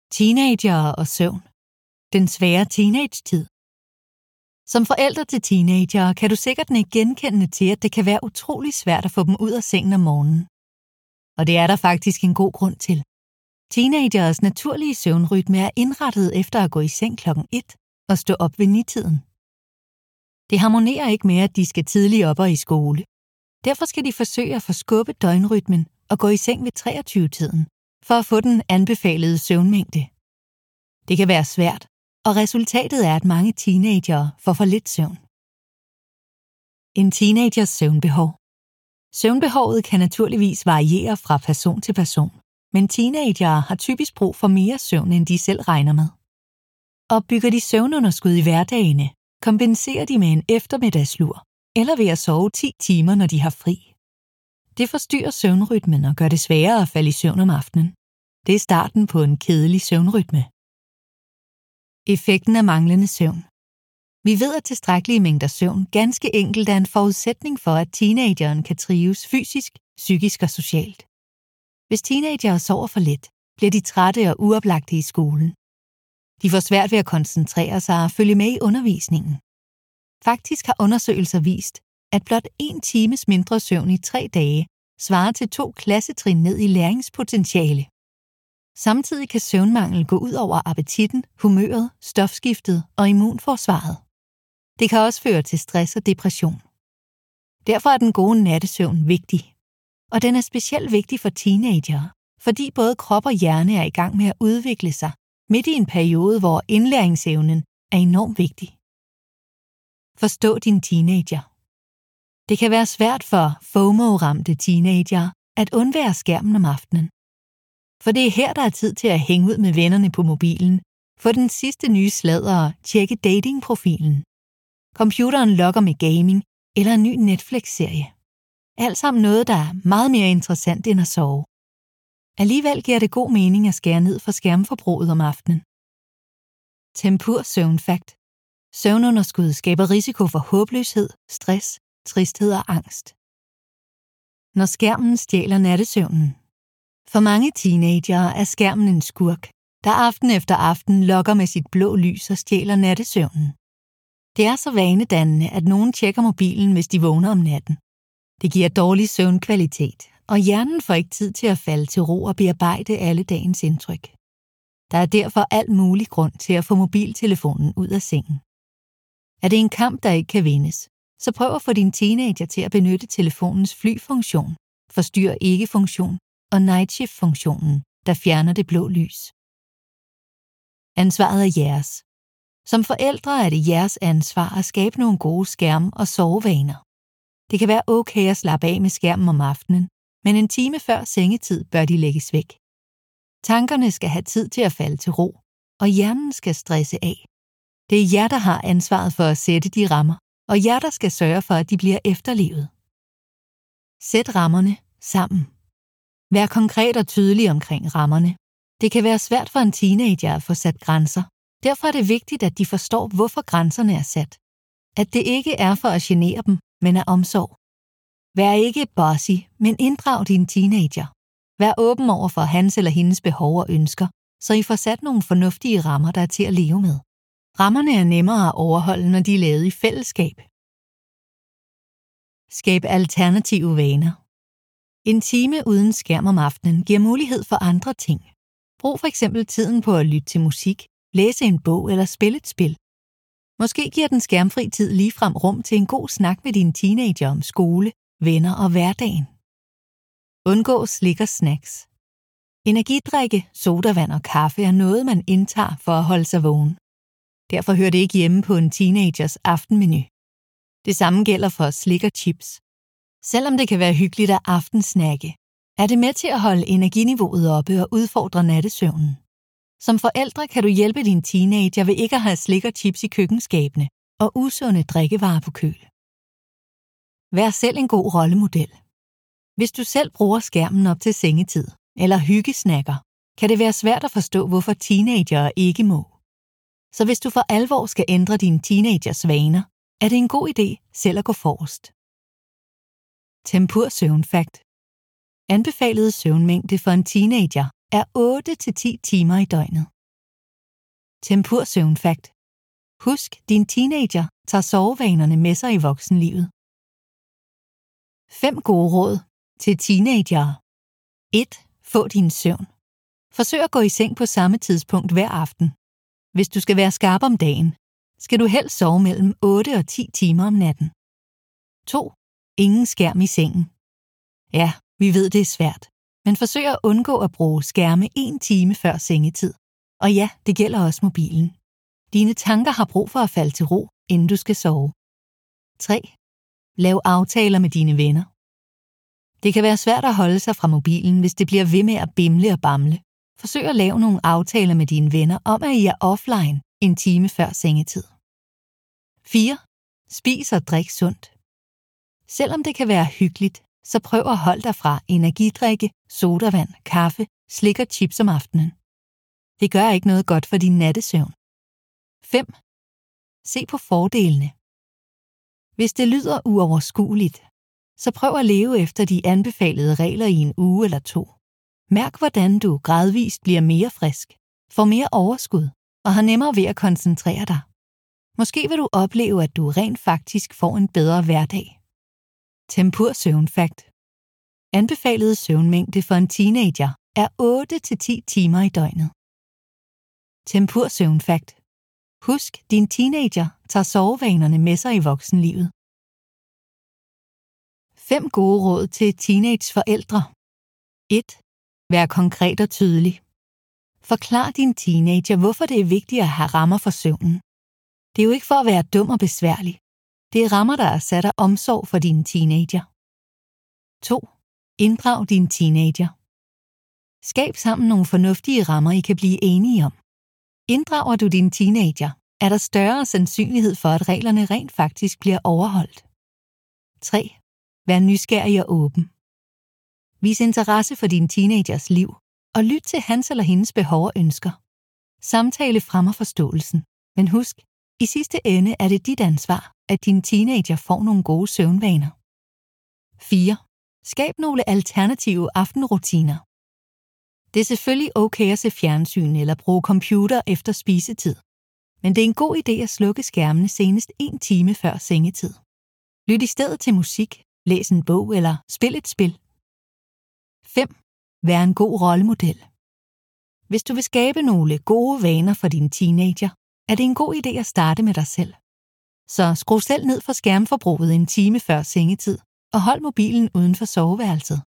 Teenagere og søvn. Den svære teenage-tid. Som forældre til teenagere kan du sikkert ikke genkende til, at det kan være utrolig svært at få dem ud af sengen om morgenen. Og det er der faktisk en god grund til. Teenagers naturlige søvnrytme er indrettet efter at gå i seng klokken 1 og stå op ved 9-tiden. Det harmonerer ikke med, at de skal tidligt op og i skole. Derfor skal de forsøge at forskubbe døgnrytmen og gå i seng ved 23-tiden, for at få den anbefalede søvnmængde. Det kan være svært, og resultatet er, at mange teenagere får for lidt søvn. En teenagers søvnbehov. Søvnbehovet kan naturligvis variere fra person til person, men teenagere har typisk brug for mere søvn, end de selv regner med. Opbygger de søvnunderskud i hverdagene, kompenserer de med en eftermiddagslur, eller ved at sove 10 timer, når de har fri. Det forstyrrer søvnrytmen og gør det sværere at falde i søvn om aftenen. Det er starten på en kedelig søvnrytme. Effekten af manglende søvn. Vi ved, at tilstrækkelige mængder søvn ganske enkelt er en forudsætning for, at teenageren kan trives fysisk, psykisk og socialt. Hvis teenagere sover for lidt, bliver de trætte og uoplagte i skolen. De får svært ved at koncentrere sig og følge med i undervisningen. Faktisk har undersøgelser vist, at blot 1 times mindre søvn i 3 dage svarer til 2 klassetrin ned i læringspotentiale. Samtidig kan søvnmangel gå ud over appetitten, humøret, stofskiftet og immunforsvaret. Det kan også føre til stress og depression. Derfor er den gode nattesøvn vigtig. Og den er specielt vigtig for teenagere, fordi både krop og hjerne er i gang med at udvikle sig midt i en periode, hvor indlæringsevnen er enormt vigtig. Forstå din teenager. Det kan være svært for FOMO-ramte teenagere at undvære skærmen om aftenen. For det er her, der er tid til at hænge ud med vennerne på mobilen, få den sidste nye sladder og tjekke datingprofilen. Computeren lokker med gaming eller en ny Netflix-serie. Alt sammen noget, der er meget mere interessant end at sove. Alligevel giver det god mening at skære ned for skærmforbruget om aftenen. Tempur søvnfakt. Søvnunderskud skaber risiko for håbløshed, stress, tristhed og angst. Når skærmen stjæler nattesøvnen. For mange teenagere er skærmen en skurk, der aften efter aften lokker med sit blå lys og stjæler nattesøvnen. Det er så vanedannende, at nogen tjekker mobilen, hvis de vågner om natten. Det giver dårlig søvnkvalitet, og hjernen får ikke tid til at falde til ro og bearbejde alle dagens indtryk. Der er derfor alt mulig grund til at få mobiltelefonen ud af sengen. Er det en kamp, der ikke kan vindes, så prøv at få din teenager til at benytte telefonens flyfunktion, forstyr ikke-funktion og night shift-funktionen, der fjerner det blå lys. Ansvaret er jeres. Som forældre er det jeres ansvar at skabe nogle gode skærm- og sovevaner. Det kan være okay at slappe af med skærmen om aftenen, men en time før sengetid bør de lægges væk. Tankerne skal have tid til at falde til ro, og hjernen skal stresse af. Det er jer, der har ansvaret for at sætte de rammer, og jer, der skal sørge for, at de bliver efterlevet. Sæt rammerne sammen. Vær konkret og tydelig omkring rammerne. Det kan være svært for en teenager at få sat grænser. Derfor er det vigtigt, at de forstår, hvorfor grænserne er sat. At det ikke er for at genere dem, men af omsorg. Vær ikke bossy, men inddrag din teenager. Vær åben over for hans eller hendes behov og ønsker, så I får sat nogle fornuftige rammer, der er til at leve med. Rammerne er nemmere at overholde, når de er lavet i fællesskab. Skab alternative vaner. En time uden skærm om aftenen giver mulighed for andre ting. Brug for eksempel tiden på at lytte til musik, læse en bog eller spille et spil. Måske giver den skærmfri tid ligefrem rum til en god snak med dine teenager om skole, venner og hverdagen. Undgå slik og snacks. Energidrikke, sodavand og kaffe er noget, man indtager for at holde sig vågen. Derfor hører det ikke hjemme på en teenagers aftenmenu. Det samme gælder for slik og chips. Selvom det kan være hyggeligt at aftensnakke, er det med til at holde energiniveauet oppe og udfordre nattesøvnen. Som forældre kan du hjælpe din teenager ved ikke at have slik og chips i køkkenskabene og usunde drikkevarer på køl. Vær selv en god rollemodel. Hvis du selv bruger skærmen op til sengetid eller hyggesnakker, kan det være svært at forstå, hvorfor teenagere ikke må. Så hvis du for alvor skal ændre dine teenagers vaner, er det en god idé selv at gå forrest. Tempur søvnfakt. Anbefalet søvnmængde for en teenager er 8-10 timer i døgnet. Tempur søvnfakt. Husk, din teenager tager sovevanerne med sig i voksenlivet. 5 gode råd til teenagere. 1. Få din søvn. Forsøg at gå i seng på samme tidspunkt hver aften. Hvis du skal være skarp om dagen, skal du helst sove mellem 8 og 10 timer om natten. 2. Ingen skærm i sengen. Ja, vi ved det er svært, men forsøg at undgå at bruge skærme 1 time før sengetid. Og ja, det gælder også mobilen. Dine tanker har brug for at falde til ro, inden du skal sove. 3. Lav aftaler med dine venner. Det kan være svært at holde sig fra mobilen, hvis det bliver ved med at bimle og bamle. Forsøg at lave nogle aftaler med dine venner om, at I er offline 1 time før sengetid. 4. Spis og drik sundt. Selvom det kan være hyggeligt, så prøv at holde dig fra energidrikke, sodavand, kaffe, slik og chips om aftenen. Det gør ikke noget godt for din nattesøvn. 5. Se på fordelene. Hvis det lyder uoverskueligt, så prøv at leve efter de anbefalede regler i en uge eller 2. Mærk, hvordan du gradvist bliver mere frisk, får mere overskud og har nemmere ved at koncentrere dig. Måske vil du opleve, at du rent faktisk får en bedre hverdag. Tempur søvnfakt. Anbefalet søvnmængde for en teenager er 8-10 timer i døgnet. Tempur søvnfakt. Husk, din teenager tager sovevanerne med sig i voksenlivet. 5 gode råd til teenageforældre. 1. Vær konkret og tydelig. Forklar din teenager, hvorfor det er vigtigt at have rammer for søvnen. Det er jo ikke for at være dum og besværlig. Det er rammer, der er sat af omsorg for dine teenager. 2. Inddrag din teenager. Skab sammen nogle fornuftige rammer, I kan blive enige om. Inddrager du din teenager, er der større sandsynlighed for, at reglerne rent faktisk bliver overholdt. 3. Vær nysgerrig og åben. Vis interesse for din teenagers liv, og lyt til hans eller hendes behov og ønsker. Samtale fremmer forståelsen, men husk, i sidste ende er det dit ansvar, at din teenager får nogle gode søvnvaner. 4. Skab nogle alternative aftenrutiner. Det er selvfølgelig okay at se fjernsyn eller bruge computer efter spisetid, men det er en god idé at slukke skærmene senest 1 time før sengetid. Lyt i stedet til musik, læs en bog eller spil et spil. 5. Vær en god rollemodel. Hvis du vil skabe nogle gode vaner for din teenager, er det en god idé at starte med dig selv. Så skru selv ned for skærmforbruget 1 time før sengetid, og hold mobilen uden for soveværelset.